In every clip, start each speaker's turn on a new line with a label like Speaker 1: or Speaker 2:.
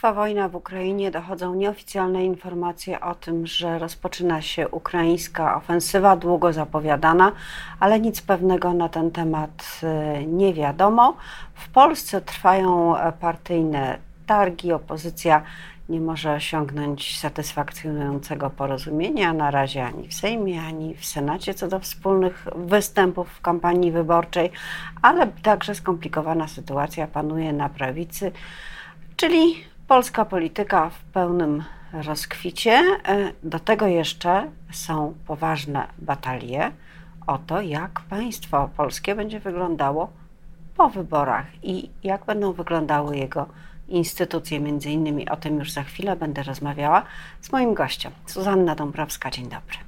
Speaker 1: Trwa wojna w Ukrainie, dochodzą nieoficjalne informacje o tym, że rozpoczyna się ukraińska ofensywa, długo zapowiadana, ale nic pewnego na ten temat nie wiadomo. W Polsce trwają partyjne targi, opozycja nie może osiągnąć satysfakcjonującego porozumienia na razie ani w Sejmie, ani w Senacie co do wspólnych występów w kampanii wyborczej, ale także skomplikowana sytuacja panuje na prawicy, czyli polska polityka w pełnym rozkwicie. Do tego jeszcze są poważne batalie o to, jak państwo polskie będzie wyglądało po wyborach i jak będą wyglądały jego instytucje. Między innymi o tym już za chwilę będę rozmawiała z moim gościem. Zuzanna Dąbrowska, dzień dobry.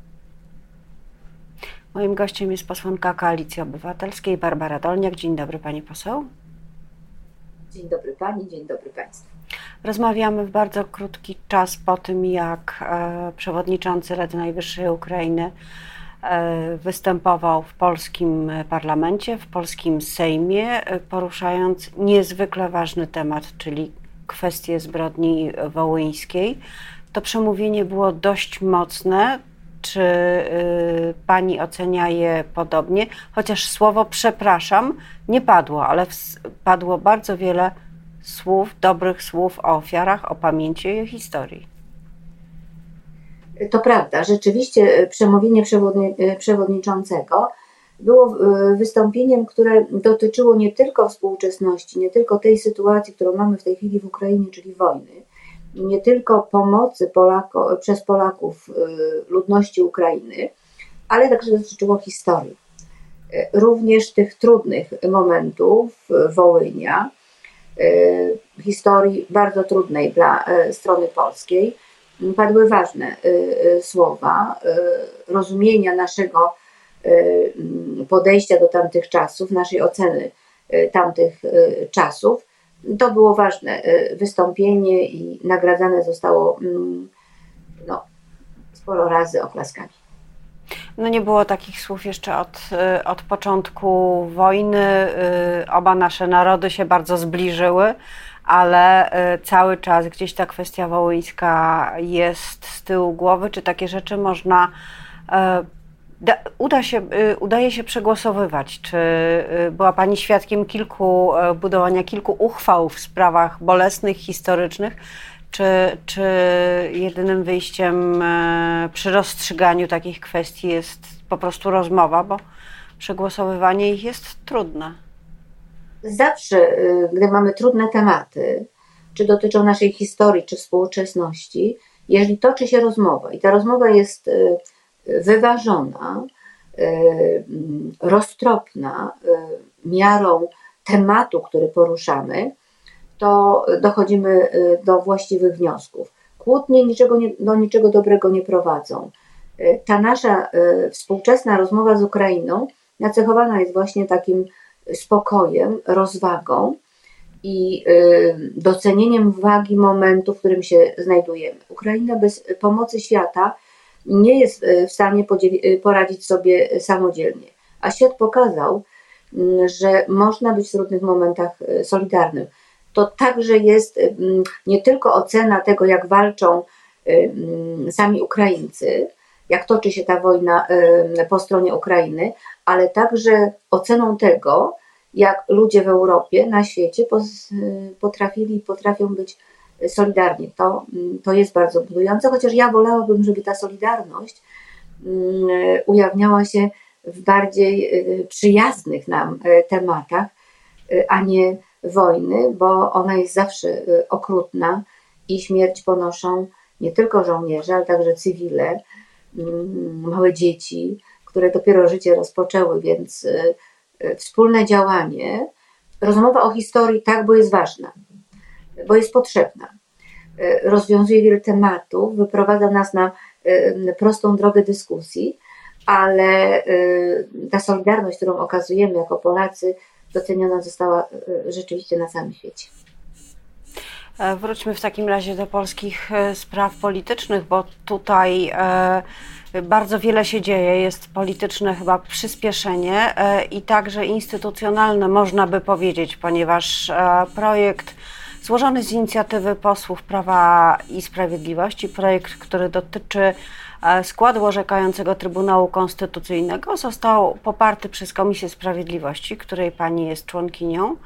Speaker 1: Moim gościem jest posłanka Koalicji Obywatelskiej Barbara Dolniak. Dzień dobry, pani poseł.
Speaker 2: Dzień dobry pani, dzień dobry państwu.
Speaker 1: Rozmawiamy w bardzo krótki czas po tym, jak przewodniczący Rady Najwyższej Ukrainy występował w polskim parlamencie, w polskim Sejmie, poruszając niezwykle ważny temat, czyli kwestię zbrodni wołyńskiej. To przemówienie było dość mocne. Czy pani ocenia je podobnie? Chociaż słowo przepraszam nie padło, ale padło bardzo wiele słów, dobrych słów o ofiarach, o pamięci i o historii.
Speaker 2: To prawda, rzeczywiście przemówienie przewodniczącego było wystąpieniem, które dotyczyło nie tylko współczesności, nie tylko tej sytuacji, którą mamy w tej chwili w Ukrainie, czyli wojny, nie tylko pomocy przez Polaków ludności Ukrainy, ale także dotyczyło historii. Również tych trudnych momentów Wołynia, historii bardzo trudnej dla strony polskiej. Padły ważne słowa rozumienia naszego podejścia do tamtych czasów, naszej oceny tamtych czasów. To było ważne wystąpienie i nagradzane zostało sporo razy oklaskami.
Speaker 1: No nie było takich słów jeszcze od początku wojny. Oba nasze narody się bardzo zbliżyły, ale cały czas gdzieś ta kwestia wołyńska jest z tyłu głowy. Czy takie rzeczy można, udaje się przegłosowywać? Czy była pani świadkiem budowania kilku uchwał w sprawach bolesnych, historycznych? Czy jedynym wyjściem przy rozstrzyganiu takich kwestii jest po prostu rozmowa, bo przegłosowywanie ich jest trudne?
Speaker 2: Zawsze, gdy mamy trudne tematy, czy dotyczą naszej historii, czy współczesności, jeżeli toczy się rozmowa i ta rozmowa jest wyważona, roztropna, miarą tematu, który poruszamy, to dochodzimy do właściwych wniosków. Kłótnie do niczego dobrego nie prowadzą. Ta nasza współczesna rozmowa z Ukrainą nacechowana jest właśnie takim spokojem, rozwagą i docenieniem wagi momentu, w którym się znajdujemy. Ukraina bez pomocy świata nie jest w stanie poradzić sobie samodzielnie, a świat pokazał, że można być w trudnych momentach solidarnym. To także jest nie tylko ocena tego, jak walczą sami Ukraińcy, jak toczy się ta wojna po stronie Ukrainy, ale także oceną tego, jak ludzie w Europie, na świecie potrafili i potrafią być solidarni. To jest bardzo budujące, chociaż ja wolałabym, żeby ta solidarność ujawniała się w bardziej przyjaznych nam tematach, a nie wojny, bo ona jest zawsze okrutna i śmierć ponoszą nie tylko żołnierze, ale także cywile, małe dzieci, które dopiero życie rozpoczęły, więc wspólne działanie, rozmowa o historii tak, bo jest ważna, bo jest potrzebna. Rozwiązuje wiele tematów, wyprowadza nas na prostą drogę dyskusji, ale ta solidarność, którą okazujemy jako Polacy, doceniona została rzeczywiście na całym świecie.
Speaker 1: Wróćmy w takim razie do polskich spraw politycznych, bo tutaj bardzo wiele się dzieje, jest polityczne chyba przyspieszenie i także instytucjonalne, można by powiedzieć, ponieważ projekt złożony z inicjatywy posłów Prawa i Sprawiedliwości projekt, który dotyczy składu orzekającego Trybunału Konstytucyjnego, został poparty przez Komisję Sprawiedliwości, której pani jest członkinią.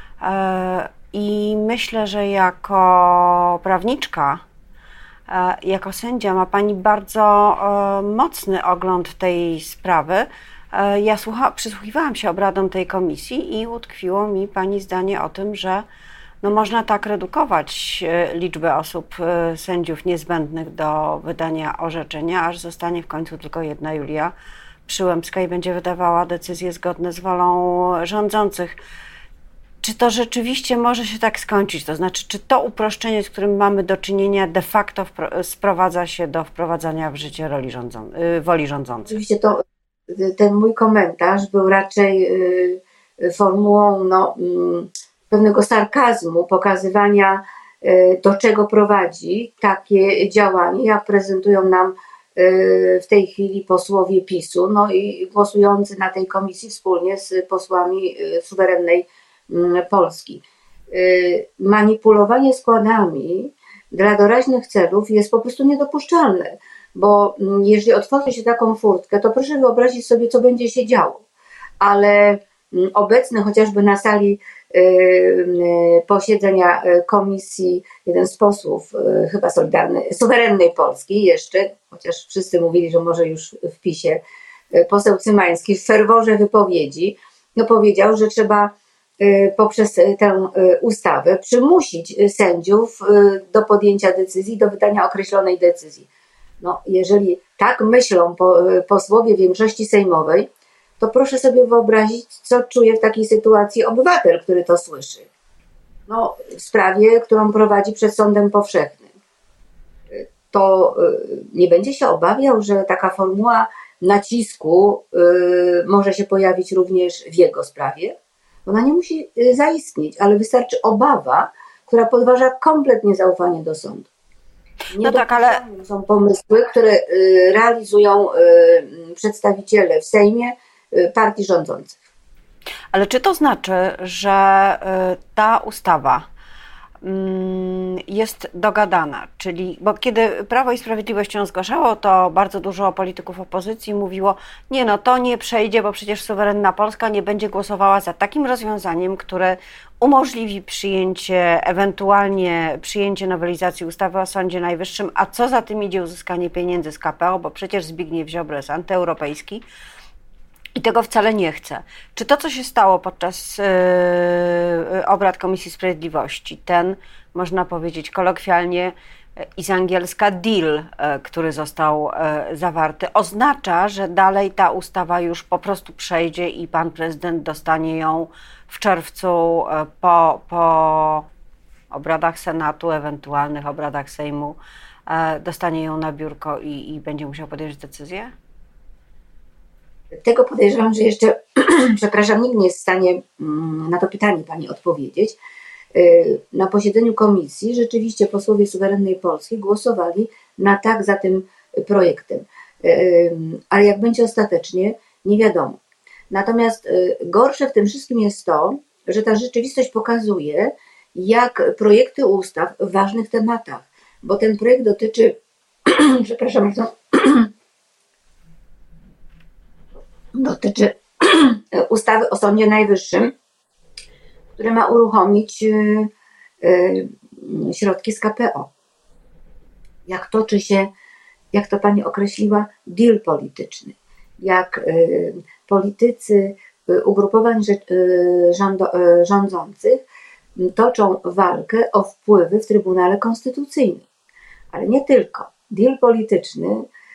Speaker 1: I myślę, że jako prawniczka, jako sędzia ma pani bardzo mocny ogląd tej sprawy. Ja przysłuchiwałam się obradom tej komisji i utkwiło mi pani zdanie o tym, że no można tak redukować liczbę osób, sędziów niezbędnych do wydania orzeczenia, aż zostanie w końcu tylko jedna Julia Przyłębska i będzie wydawała decyzje zgodne z wolą rządzących. Czy to rzeczywiście może się tak skończyć? To znaczy, czy to uproszczenie, z którym mamy do czynienia, de facto sprowadza się do wprowadzania w życie woli rządzących?
Speaker 2: Oczywiście ten mój komentarz był raczej formułą pewnego sarkazmu, pokazywania, do czego prowadzi takie działanie, jak prezentują nam w tej chwili posłowie PiS-u, no i głosujący na tej komisji wspólnie z posłami suwerennej Polski. Manipulowanie składami dla doraźnych celów jest po prostu niedopuszczalne, bo jeżeli otworzy się taką furtkę, to proszę wyobrazić sobie, co będzie się działo. Ale obecny chociażby na sali posiedzenia komisji jeden z posłów, chyba suwerennej Polski jeszcze, chociaż wszyscy mówili, że może już w PiS-ie, poseł Cymański w ferworze wypowiedzi powiedział, że trzeba poprzez tę ustawę przymusić sędziów do podjęcia decyzji, do wydania określonej decyzji. Jeżeli tak myślą posłowie większości sejmowej, to proszę sobie wyobrazić, co czuje w takiej sytuacji obywatel, który to słyszy. W sprawie, którą prowadzi przed sądem powszechnym. To nie będzie się obawiał, że taka formuła nacisku może się pojawić również w jego sprawie? Ona nie musi zaistnieć, ale wystarczy obawa, która podważa kompletnie zaufanie do sądu. Ale są pomysły, które realizują przedstawiciele w Sejmie partii rządzących.
Speaker 1: Ale czy to znaczy, że ta ustawa jest dogadana? Bo kiedy Prawo i Sprawiedliwość ją zgłaszało, to bardzo dużo polityków opozycji mówiło, to nie przejdzie, bo przecież suwerenna Polska nie będzie głosowała za takim rozwiązaniem, które umożliwi ewentualnie przyjęcie nowelizacji ustawy o Sądzie Najwyższym, a co za tym idzie uzyskanie pieniędzy z KPO, bo przecież Zbigniew Ziobro jest antyeuropejski i tego wcale nie chce. Czy to, co się stało podczas obrad Komisji Sprawiedliwości, ten, można powiedzieć kolokwialnie i z angielska deal, który został zawarty, oznacza, że dalej ta ustawa już po prostu przejdzie i pan prezydent dostanie ją w czerwcu po obradach Senatu, ewentualnych obradach Sejmu, dostanie ją na biurko i będzie musiał podjąć decyzję?
Speaker 2: Tego podejrzewam, że jeszcze, przepraszam, nikt nie jest w stanie na to pytanie pani odpowiedzieć. Na posiedzeniu komisji rzeczywiście posłowie suwerennej Polski głosowali na tak za tym projektem. Ale jak będzie ostatecznie, nie wiadomo. Natomiast gorsze w tym wszystkim jest to, że ta rzeczywistość pokazuje, jak projekty ustaw w ważnych tematach, bo ten projekt dotyczy, przepraszam bardzo, dotyczy ustawy o Sądzie Najwyższym, który ma uruchomić środki z KPO. Jak toczy się, jak to pani określiła, deal polityczny. Jak politycy ugrupowań rządzących toczą walkę o wpływy w Trybunale Konstytucyjnym. Ale nie tylko. Deal polityczny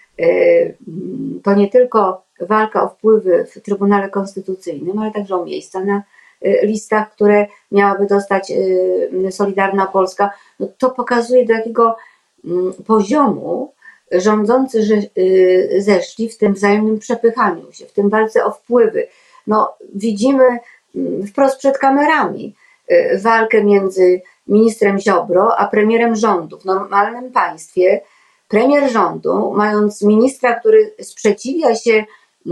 Speaker 2: to nie tylko walka o wpływy w Trybunale Konstytucyjnym, ale także o miejsca na listach, które miałaby dostać Solidarna Polska. To pokazuje, do jakiego poziomu rządzący zeszli w tym wzajemnym przepychaniu się, w tym walce o wpływy. Widzimy wprost przed kamerami walkę między ministrem Ziobro a premierem rządu. W normalnym państwie premier rządu, mając ministra, który sprzeciwia się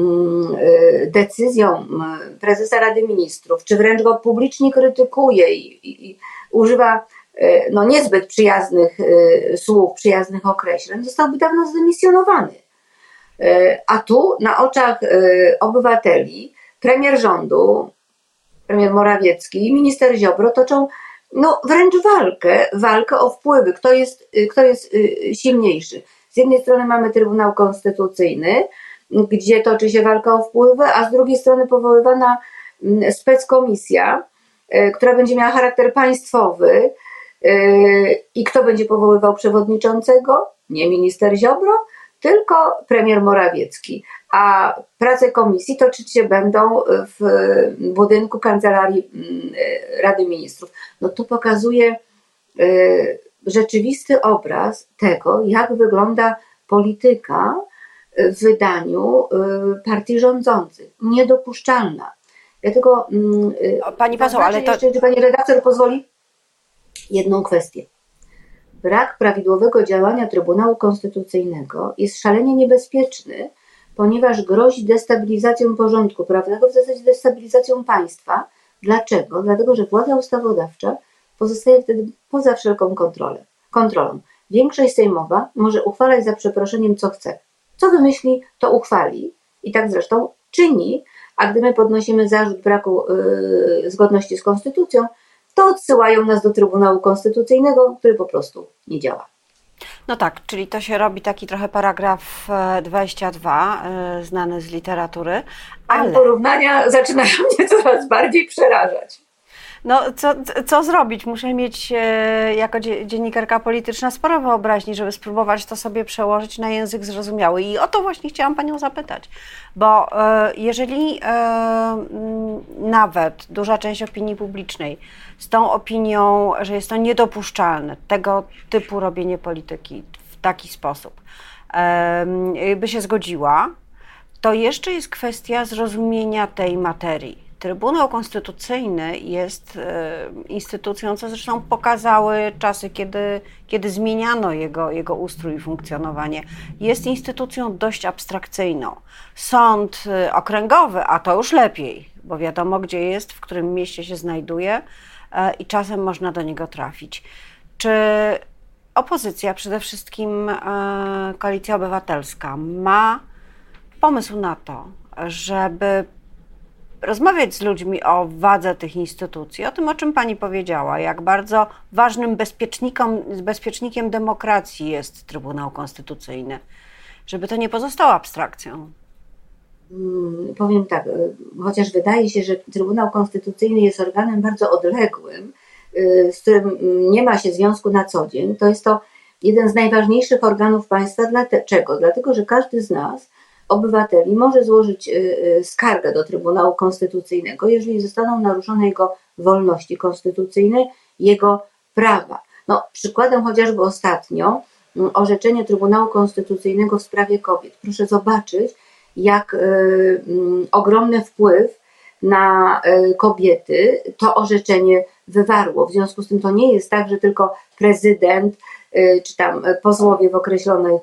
Speaker 2: decyzjom prezesa Rady Ministrów, czy wręcz go publicznie krytykuje i używa no niezbyt przyjaznych słów, przyjaznych określeń, zostałby dawno zdymisjonowany. A tu na oczach obywateli premier rządu, premier Morawiecki i minister Ziobro toczą no, wręcz walkę o wpływy, kto jest silniejszy. Z jednej strony mamy Trybunał Konstytucyjny, gdzie toczy się walka o wpływy, a z drugiej strony powoływana speckomisja, która będzie miała charakter państwowy. I kto będzie powoływał przewodniczącego? Nie minister Ziobro, tylko premier Morawiecki. A prace komisji toczyć się będą w budynku Kancelarii Rady Ministrów. No to pokazuje rzeczywisty obraz tego, jak wygląda polityka w wydaniu partii rządzących. Niedopuszczalna. Dlatego
Speaker 1: pani poseł, ale to...
Speaker 2: jeszcze, czy pani redaktor pozwoli? Jedną kwestię. Brak prawidłowego działania Trybunału Konstytucyjnego jest szalenie niebezpieczny, ponieważ grozi destabilizacją porządku prawnego, w zasadzie destabilizacją państwa. Dlaczego? Dlatego, że władza ustawodawcza pozostaje wtedy poza wszelką kontrolą. Większość sejmowa może uchwalać za przeproszeniem co chce. Co wymyśli, to uchwali. I tak zresztą czyni, a gdy my podnosimy zarzut braku zgodności z konstytucją, to odsyłają nas do Trybunału Konstytucyjnego, który po prostu nie działa.
Speaker 1: No tak, czyli to się robi taki trochę paragraf 22, znany z literatury, ale...
Speaker 2: Porównania zaczynają mnie coraz bardziej przerażać.
Speaker 1: No, co zrobić? Muszę mieć jako dziennikarka polityczna sporo wyobraźni, żeby spróbować to sobie przełożyć na język zrozumiały. I o to właśnie chciałam panią zapytać, bo jeżeli nawet duża część opinii publicznej z tą opinią, że jest to niedopuszczalne, tego typu robienie polityki w taki sposób, by się zgodziła, to jeszcze jest kwestia zrozumienia tej materii. Trybunał Konstytucyjny jest instytucją, co zresztą pokazały czasy, kiedy zmieniano jego ustrój i funkcjonowanie. Jest instytucją dość abstrakcyjną. Sąd okręgowy, a to już lepiej, bo wiadomo, gdzie jest, w którym mieście się znajduje i czasem można do niego trafić. Czy opozycja, przede wszystkim Koalicja Obywatelska, ma pomysł na to, żeby rozmawiać z ludźmi o wadze tych instytucji, o tym, o czym pani powiedziała, jak bardzo ważnym bezpiecznikiem demokracji jest Trybunał Konstytucyjny, żeby to nie pozostało abstrakcją?
Speaker 2: Powiem tak, chociaż wydaje się, że Trybunał Konstytucyjny jest organem bardzo odległym, z którym nie ma się związku na co dzień, to jest to jeden z najważniejszych organów państwa. Dlaczego? Dlatego, że każdy z nas, obywateli, może złożyć skargę do Trybunału Konstytucyjnego, jeżeli zostaną naruszone jego wolności konstytucyjne, jego prawa. No, przykładem chociażby ostatnio orzeczenie Trybunału Konstytucyjnego w sprawie kobiet. Proszę zobaczyć, jak ogromny wpływ na kobiety to orzeczenie wywarło. W związku z tym to nie jest tak, że tylko prezydent czy tam posłowie w określonej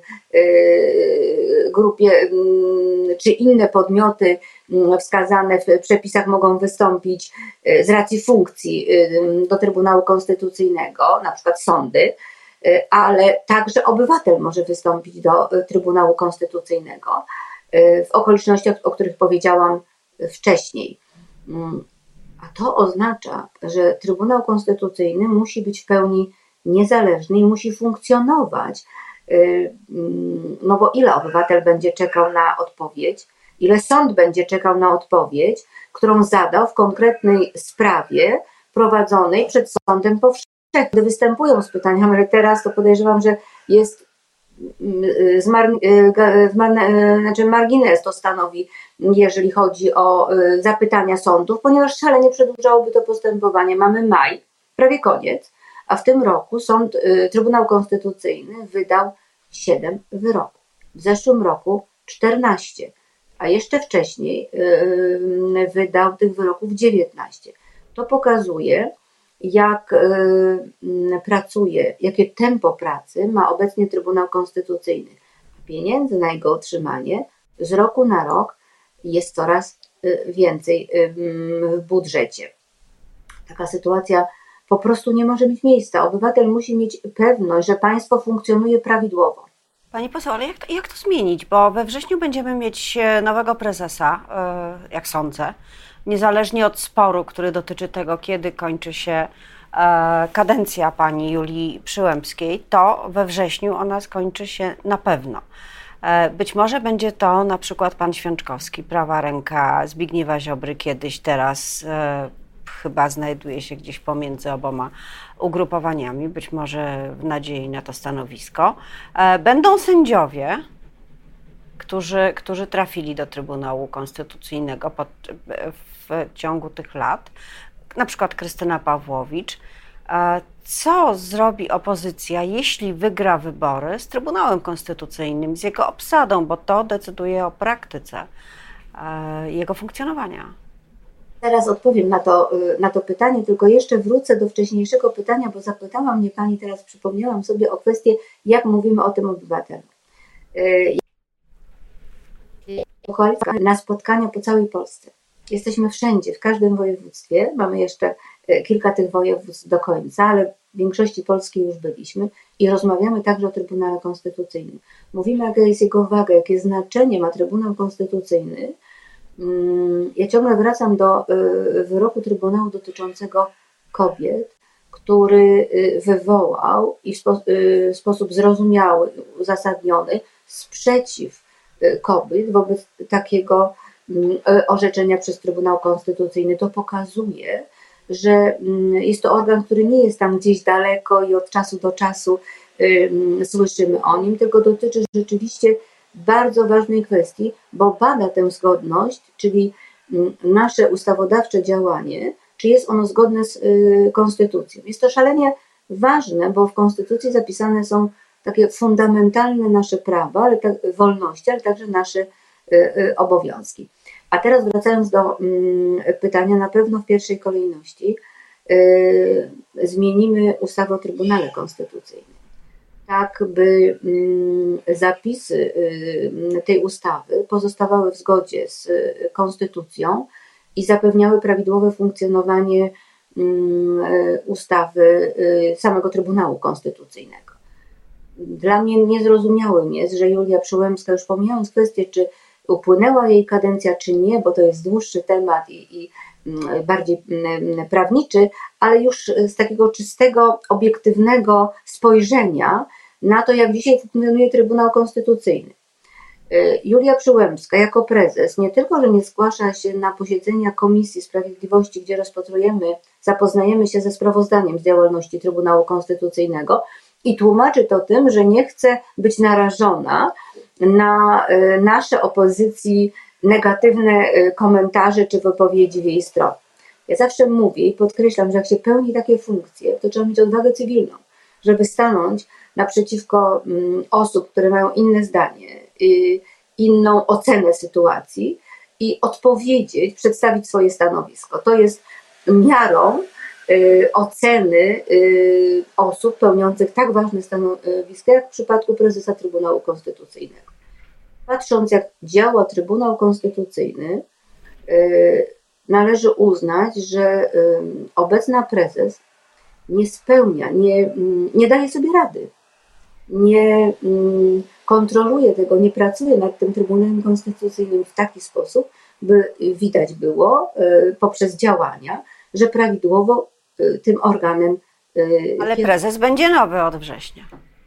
Speaker 2: grupie, czy inne podmioty wskazane w przepisach mogą wystąpić z racji funkcji do Trybunału Konstytucyjnego, na przykład sądy, ale także obywatel może wystąpić do Trybunału Konstytucyjnego w okolicznościach, o których powiedziałam wcześniej. A to oznacza, że Trybunał Konstytucyjny musi być w pełni niezależny i musi funkcjonować, no bo ile obywatel będzie czekał na odpowiedź, ile sąd będzie czekał na odpowiedź, którą zadał w konkretnej sprawie prowadzonej przed sądem powszechnym. Gdy występują z pytaniami, ale teraz to podejrzewam, że jest margines to stanowi, jeżeli chodzi o zapytania sądów, ponieważ szalenie przedłużałoby to postępowanie. Mamy maj, prawie koniec, a w tym roku Trybunał Konstytucyjny wydał 7 wyroków. W zeszłym roku 14, a jeszcze wcześniej wydał tych wyroków 19. To pokazuje, jak pracuje, jakie tempo pracy ma obecnie Trybunał Konstytucyjny. Pieniędzy na jego utrzymanie z roku na rok jest coraz więcej w budżecie. Taka sytuacja po prostu nie może mieć miejsca. Obywatel musi mieć pewność, że państwo funkcjonuje prawidłowo.
Speaker 1: Pani poseł, ale jak to zmienić? Bo we wrześniu będziemy mieć nowego prezesa, jak sądzę, niezależnie od sporu, który dotyczy tego, kiedy kończy się kadencja pani Julii Przyłębskiej, to we wrześniu ona skończy się na pewno. Być może będzie to na przykład pan Święczkowski, prawa ręka Zbigniewa Ziobry, kiedyś, teraz chyba znajduje się gdzieś pomiędzy oboma ugrupowaniami, być może w nadziei na to stanowisko. Będą sędziowie, którzy trafili do Trybunału Konstytucyjnego w ciągu tych lat, na przykład Krystyna Pawłowicz. Co zrobi opozycja, jeśli wygra wybory z Trybunałem Konstytucyjnym, z jego obsadą, bo to decyduje o praktyce jego funkcjonowania?
Speaker 2: Teraz odpowiem na to pytanie, tylko jeszcze wrócę do wcześniejszego pytania, bo zapytała mnie pani, teraz przypomniałam sobie o kwestię, jak mówimy o tym obywatelu. Na spotkania po całej Polsce. Jesteśmy wszędzie, w każdym województwie. Mamy jeszcze kilka tych województw do końca, ale w większości Polski już byliśmy i rozmawiamy także o Trybunale Konstytucyjnym. Mówimy, jaka jest jego waga, jakie znaczenie ma Trybunał Konstytucyjny. Ja ciągle wracam do wyroku Trybunału dotyczącego kobiet, który wywołał i w sposób zrozumiały, uzasadniony sprzeciw kobiet wobec takiego orzeczenia przez Trybunał Konstytucyjny. To pokazuje, że jest to organ, który nie jest tam gdzieś daleko i od czasu do czasu słyszymy o nim, tylko dotyczy rzeczywiście bardzo ważnej kwestii, bo bada tę zgodność, czyli nasze ustawodawcze działanie, czy jest ono zgodne z konstytucją. Jest to szalenie ważne, bo w konstytucji zapisane są takie fundamentalne nasze prawa, ale wolności, ale także nasze obowiązki. A teraz wracając do pytania, na pewno w pierwszej kolejności zmienimy ustawę o Trybunale Konstytucyjnym, tak by zapisy tej ustawy pozostawały w zgodzie z konstytucją i zapewniały prawidłowe funkcjonowanie ustawy samego Trybunału Konstytucyjnego. Dla mnie niezrozumiałym jest, że Julia Przyłębska, już pomijając kwestię, czy upłynęła jej kadencja, czy nie, bo to jest dłuższy temat i bardziej prawniczy, ale już z takiego czystego, obiektywnego spojrzenia na to, jak dzisiaj funkcjonuje Trybunał Konstytucyjny. Julia Przyłębska jako prezes nie tylko, że nie zgłasza się na posiedzenia Komisji Sprawiedliwości, gdzie zapoznajemy się ze sprawozdaniem z działalności Trybunału Konstytucyjnego i tłumaczy to tym, że nie chce być narażona na nasze opozycji negatywne komentarze czy wypowiedzi w jej stronę. Ja zawsze mówię i podkreślam, że jak się pełni takie funkcje, to trzeba mieć odwagę cywilną, żeby stanąć naprzeciwko osób, które mają inne zdanie, inną ocenę sytuacji i odpowiedzieć, przedstawić swoje stanowisko. To jest miarą oceny osób pełniących tak ważne stanowiska, jak w przypadku prezesa Trybunału Konstytucyjnego. Patrząc, jak działa Trybunał Konstytucyjny, należy uznać, że obecna prezes nie spełnia, nie daje sobie rady, nie kontroluje tego, nie pracuje nad tym Trybunałem Konstytucyjnym w taki sposób, by widać było poprzez działania, że prawidłowo tym organem...
Speaker 1: Ale prezes będzie nowy od września.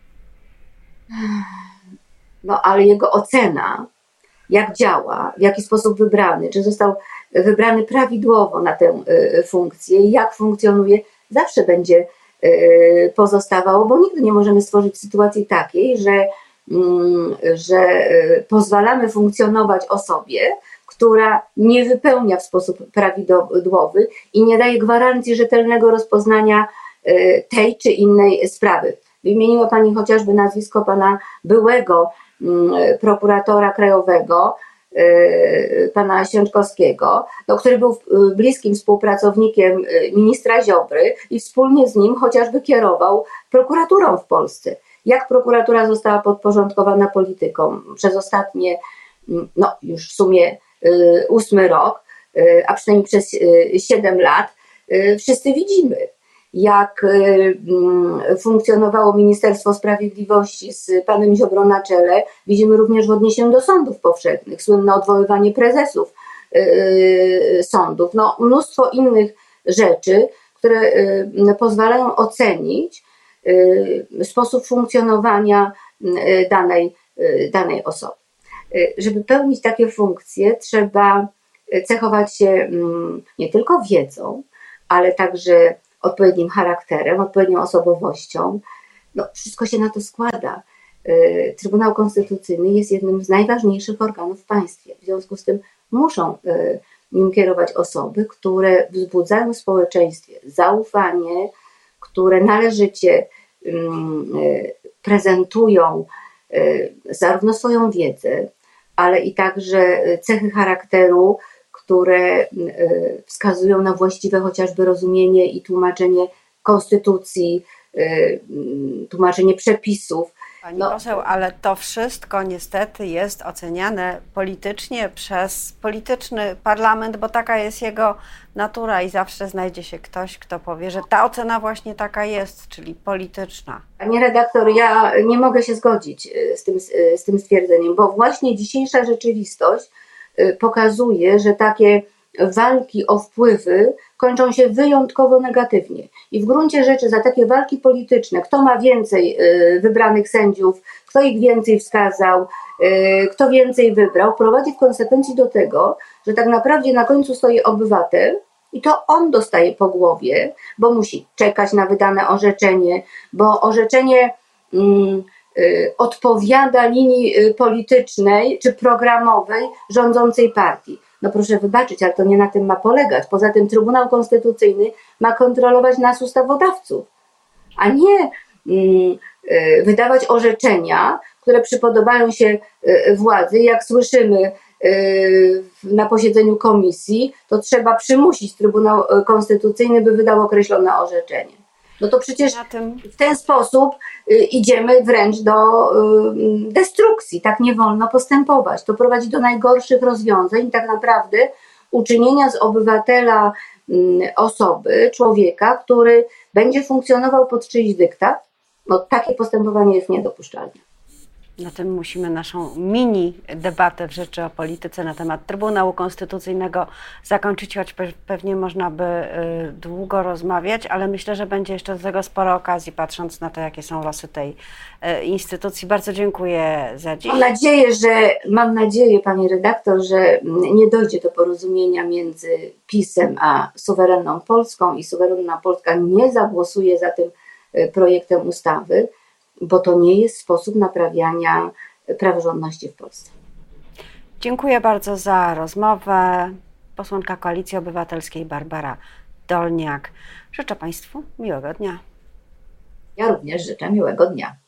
Speaker 2: No ale jego ocena, jak działa, w jaki sposób wybrany, czy został wybrany prawidłowo na tę funkcję, jak funkcjonuje, zawsze będzie pozostawało, bo nigdy nie możemy stworzyć sytuacji takiej, że pozwalamy funkcjonować osobie, która nie wypełnia w sposób prawidłowy i nie daje gwarancji rzetelnego rozpoznania tej czy innej sprawy. Wymieniła Pani chociażby nazwisko pana byłego prokuratora krajowego, pana Święczkowskiego, który był bliskim współpracownikiem ministra Ziobry i wspólnie z nim chociażby kierował prokuraturą w Polsce. Jak prokuratura została podporządkowana politykom przez ostatnie, no już w sumie 8 rok, a przynajmniej przez 7 lat, wszyscy widzimy. jak funkcjonowało Ministerstwo Sprawiedliwości z panem Ziobrą na czele, widzimy również w odniesieniu do sądów powszechnych, słynne odwoływanie prezesów sądów, no, mnóstwo innych rzeczy, które pozwalają ocenić sposób funkcjonowania danej osoby. Żeby pełnić takie funkcje, trzeba cechować się nie tylko wiedzą, ale także odpowiednim charakterem, odpowiednią osobowością. No, wszystko się na to składa. Trybunał Konstytucyjny jest jednym z najważniejszych organów w państwie. W związku z tym muszą nim kierować osoby, które wzbudzają w społeczeństwie zaufanie, które należycie prezentują zarówno swoją wiedzę, ale i także cechy charakteru, które wskazują na właściwe chociażby rozumienie i tłumaczenie konstytucji, tłumaczenie przepisów.
Speaker 1: Pani poseł, ale to wszystko niestety jest oceniane politycznie przez polityczny parlament, bo taka jest jego natura i zawsze znajdzie się ktoś, kto powie, że ta ocena właśnie taka jest, czyli polityczna.
Speaker 2: Pani redaktor, ja nie mogę się zgodzić z tym stwierdzeniem, bo właśnie dzisiejsza rzeczywistość pokazuje, że takie walki o wpływy kończą się wyjątkowo negatywnie. I w gruncie rzeczy za takie walki polityczne, kto ma więcej wybranych sędziów, kto ich więcej wskazał, kto więcej wybrał, prowadzi w konsekwencji do tego, że tak naprawdę na końcu stoi obywatel i to on dostaje po głowie, bo musi czekać na wydane orzeczenie, bo orzeczenie odpowiada linii politycznej czy programowej rządzącej partii. No proszę wybaczyć, ale to nie na tym ma polegać. Poza tym Trybunał Konstytucyjny ma kontrolować nas ustawodawców, a nie wydawać orzeczenia, które przypodobają się władzy. Jak słyszymy na posiedzeniu komisji, to trzeba przymusić Trybunał Konstytucyjny, by wydał określone orzeczenie. No to przecież w ten sposób idziemy wręcz do destrukcji. Tak nie wolno postępować. To prowadzi do najgorszych rozwiązań i tak naprawdę uczynienia z obywatela osoby, człowieka, który będzie funkcjonował pod czyjś dyktat. No takie postępowanie jest niedopuszczalne.
Speaker 1: Na tym musimy naszą mini debatę w Rzeczy o Polityce na temat Trybunału Konstytucyjnego zakończyć, choć pewnie można by długo rozmawiać, ale myślę, że będzie jeszcze do tego sporo okazji, patrząc na to, jakie są losy tej instytucji. Bardzo dziękuję za dziś.
Speaker 2: Mam nadzieję, pani redaktor, że nie dojdzie do porozumienia między PiS-em a suwerenną Polską i suwerenna Polska nie zagłosuje za tym projektem ustawy, bo to nie jest sposób naprawiania praworządności w Polsce.
Speaker 1: Dziękuję bardzo za rozmowę. Posłanka Koalicji Obywatelskiej Barbara Dolniak. Życzę Państwu miłego dnia.
Speaker 2: Ja również życzę miłego dnia.